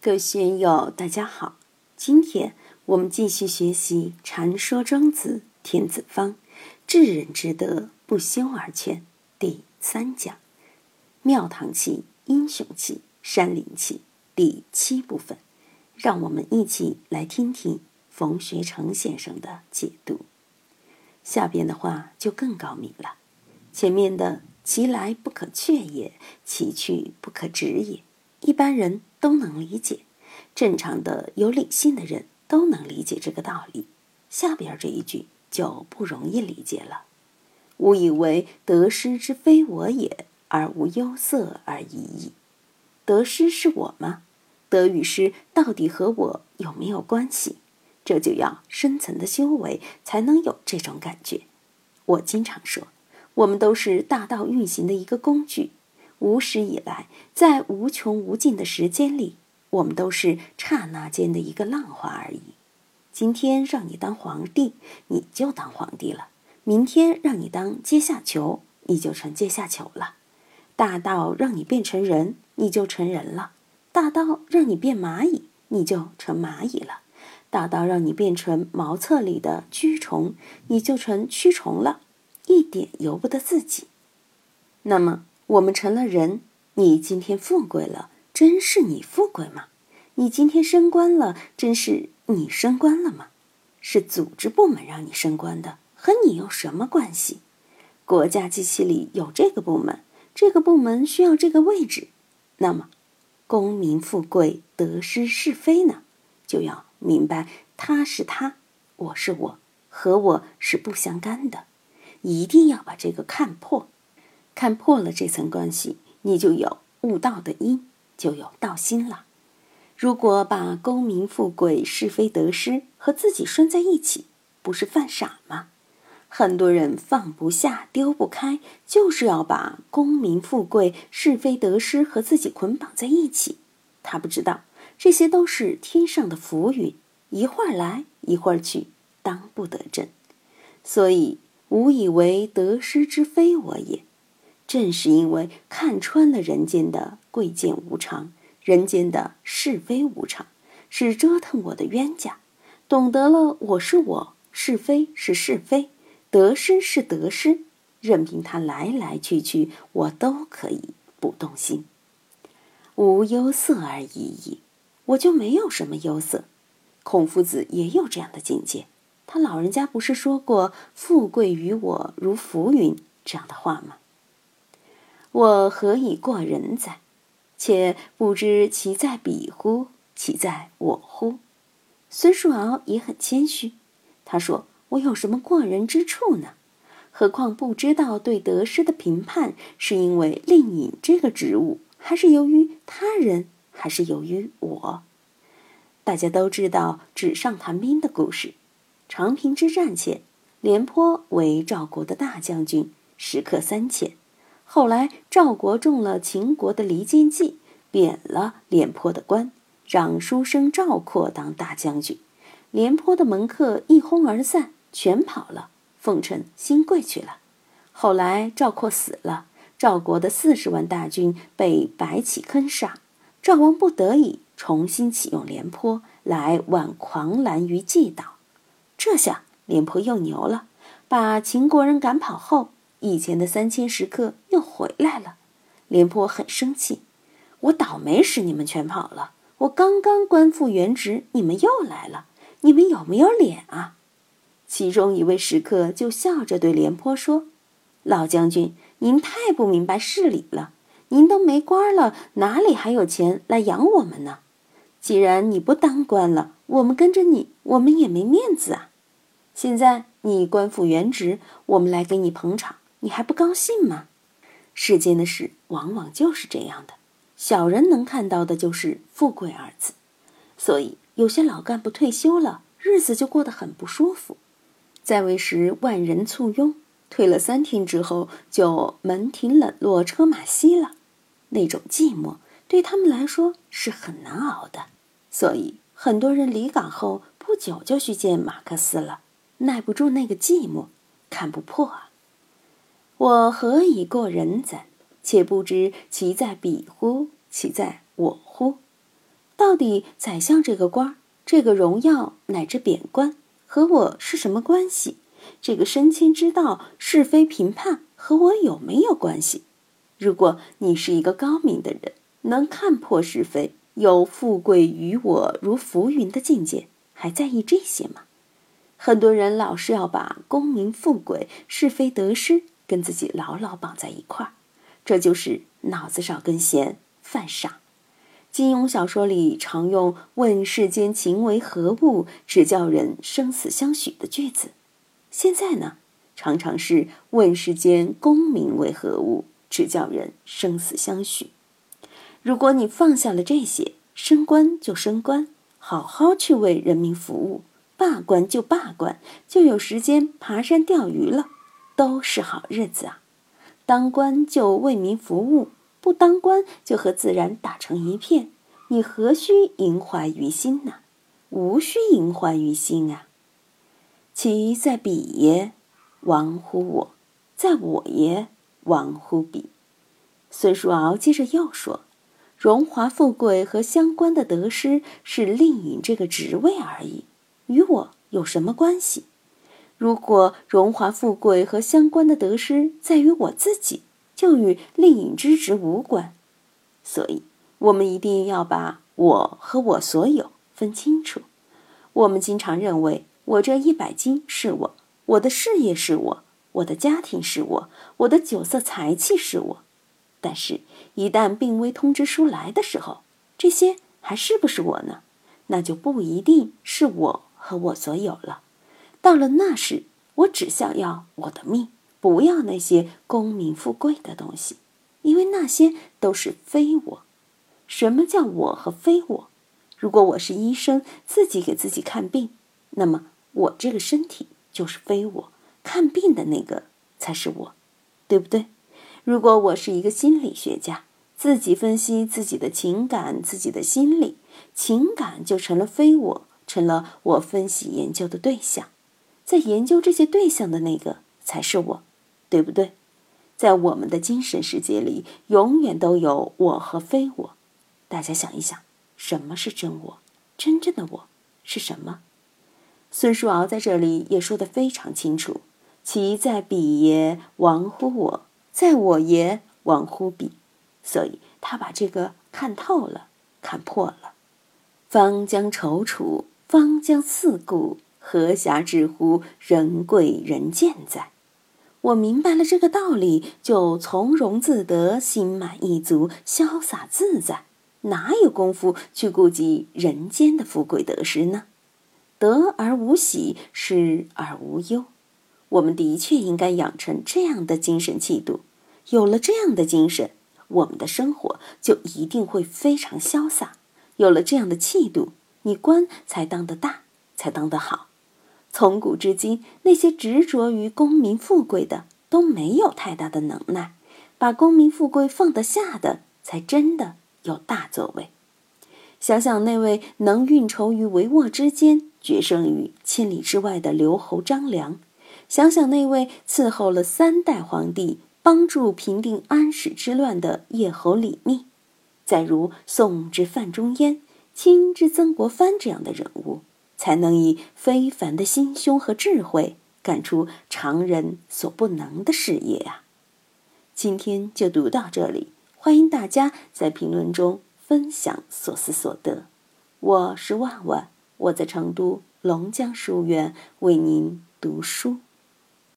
各位学友大家好，今天我们继续学习《禅说庄子·天子方》治人之德，不修而全第3讲，庙堂气、英雄气、山林气第7部分。让我们一起来听听冯学成先生的解读。下边的话就更高明了，前面的其来不可却也，其去不可止也，一般人都能理解，正常的有理性的人都能理解这个道理。下边这一句就不容易理解了。吾以为得失之非我也，而无忧色而已矣。得失是我吗？得与失到底和我有没有关系？这就要深层的修为才能有这种感觉。我经常说，我们都是大道运行的一个工具，无始以来，在无穷无尽的时间里，我们都是刹那间的一个浪花而已。今天让你当皇帝，你就当皇帝了；明天让你当阶下囚，你就成阶下囚了；大道让你变成人，你就成人了；大道让你变蚂蚁，你就成蚂蚁了；大道让你变成茅厕里的蛆虫，你就成蛆虫了，一点由不得自己。那么我们成了人，你今天富贵了，真是你富贵吗？你今天升官了，真是你升官了吗？是组织部门让你升官的，和你有什么关系？国家机器里有这个部门，这个部门需要这个位置，那么功名富贵得失是非呢，就要明白他是他，我是我，和我是不相干的，一定要把这个看破。看破了这层关系，你就有悟道的因，就有道心了。如果把功名富贵是非得失和自己拴在一起，不是犯傻吗？很多人放不下丢不开，就是要把功名富贵是非得失和自己捆绑在一起。他不知道这些都是天上的浮云，一会儿来一会儿去，当不得正。所以吾以为得失之非我也，正是因为看穿了人间的贵贱无常，人间的是非无常，是折腾我的冤家，懂得了我是我，是非是是非，得失是得失，任凭它来来去去，我都可以不动心。无忧色而已矣，我就没有什么忧色。孔夫子也有这样的境界，他老人家不是说过富贵于我如浮云这样的话吗？我何以过人哉？且不知其在彼乎？其在我乎？孙叔敖也很谦虚，他说我有什么过人之处呢？何况不知道对得失的评判是因为令尹这个职务，还是由于他人，还是由于我？大家都知道纸上谈兵的故事。长平之战前，廉颇为赵国的大将军，食客3000。后来赵国中了秦国的离间计，贬了廉颇的官，让书生赵括当大将军。廉颇的门客一哄而散，全跑了，奉承新贵去了。后来赵括死了，赵国的40万大军被白起坑杀，赵王不得已重新启用廉颇来挽狂澜于既倒。这下廉颇又牛了，把秦国人赶跑后，以前的3000食客又回来了。廉颇很生气，我倒霉使你们全跑了，我刚刚官复原职，你们又来了，你们有没有脸啊？其中一位食客就笑着对廉颇说，老将军，您太不明白事理了，您都没官了，哪里还有钱来养我们呢？既然你不当官了，我们跟着你，我们也没面子啊。现在你官复原职，我们来给你捧场，你还不高兴吗？世间的事往往就是这样的，小人能看到的就是富贵二字，所以有些老干部退休了，日子就过得很不舒服。在位时万人簇拥，退了3天之后就门庭冷落，车马稀了，那种寂寞对他们来说是很难熬的。所以很多人离岗后不久就去见马克思了，耐不住那个寂寞，看不破啊。我何以过人哉？且不知其在彼乎？其在我乎？到到底宰相这个官儿，这个荣耀乃至贬官和我是什么关系？这个升迁之道是非评判和我有没有关系？如果你是一个高明的人，能看破是非，有富贵于我如浮云的境界，还在意这些吗？很多人老是要把功名富贵、是非得失跟自己牢牢绑在一块儿，这就是脑子少根弦，犯傻。金庸小说里常用“问世间情为何物，只叫人生死相许”的句子，现在呢，常常是“问世间功名为何物，只叫人生死相许”。如果你放下了这些，升官就升官，好好去为人民服务，罢官就罢官，就有时间爬山钓鱼了，都是好日子啊。当官就为民服务，不当官就和自然打成一片，你何须萦怀于心呢？无需萦怀于心啊。其在彼耶，亡乎我；在我耶，亡乎彼。孙叔敖接着又说，荣华富贵和相关的得失是令尹这个职位而已，与我有什么关系？如果荣华富贵和相关的得失在于我自己，就与令尹之职无关。所以我们一定要把我和我所有分清楚。我们经常认为我这100斤是我，我的事业是我，我的家庭是我，我的酒色财气是我。但是一旦病危通知书来的时候，这些还是不是我呢？那就不一定是我和我所有了。到了那时，我只想要我的命，不要那些功名富贵的东西，因为那些都是非我。什么叫我和非我？如果我是医生，自己给自己看病，那么我这个身体就是非我，看病的那个才是我，对不对？如果我是一个心理学家，自己分析自己的情感，自己的心理，情感就成了非我，成了我分析研究的对象，在研究这些对象的那个才是我，对不对？在我们的精神世界里，永远都有我和非我。大家想一想，什么是真我？真正的我是什么？孙叔敖在这里也说得非常清楚，其在彼耶，亡乎我；在我耶，亡乎彼。所以他把这个看透了，看破了。方将踌躇，方将四顾，何暇至乎人贵人贱哉？我明白了这个道理，就从容自得，心满意足，潇洒自在，哪有功夫去顾及人间的富贵得失呢？得而无喜，失而无忧。我们的确应该养成这样的精神气度，有了这样的精神，我们的生活就一定会非常潇洒。有了这样的气度，你官才当得大，才当得好。从古至今，那些执着于功名富贵的都没有太大的能耐，把功名富贵放得下的才真的有大作为。想想那位能运筹于帷幄之间，决胜于千里之外的刘侯张良，想想那位伺候了3代皇帝，帮助平定安史之乱的叶侯李密，再如宋之范仲淹、清之曾国藩这样的人物，才能以非凡的心胸和智慧干出常人所不能的事业啊！今天就读到这里，欢迎大家在评论中分享所思所得。我是万万，我在成都龙江书院为您读书。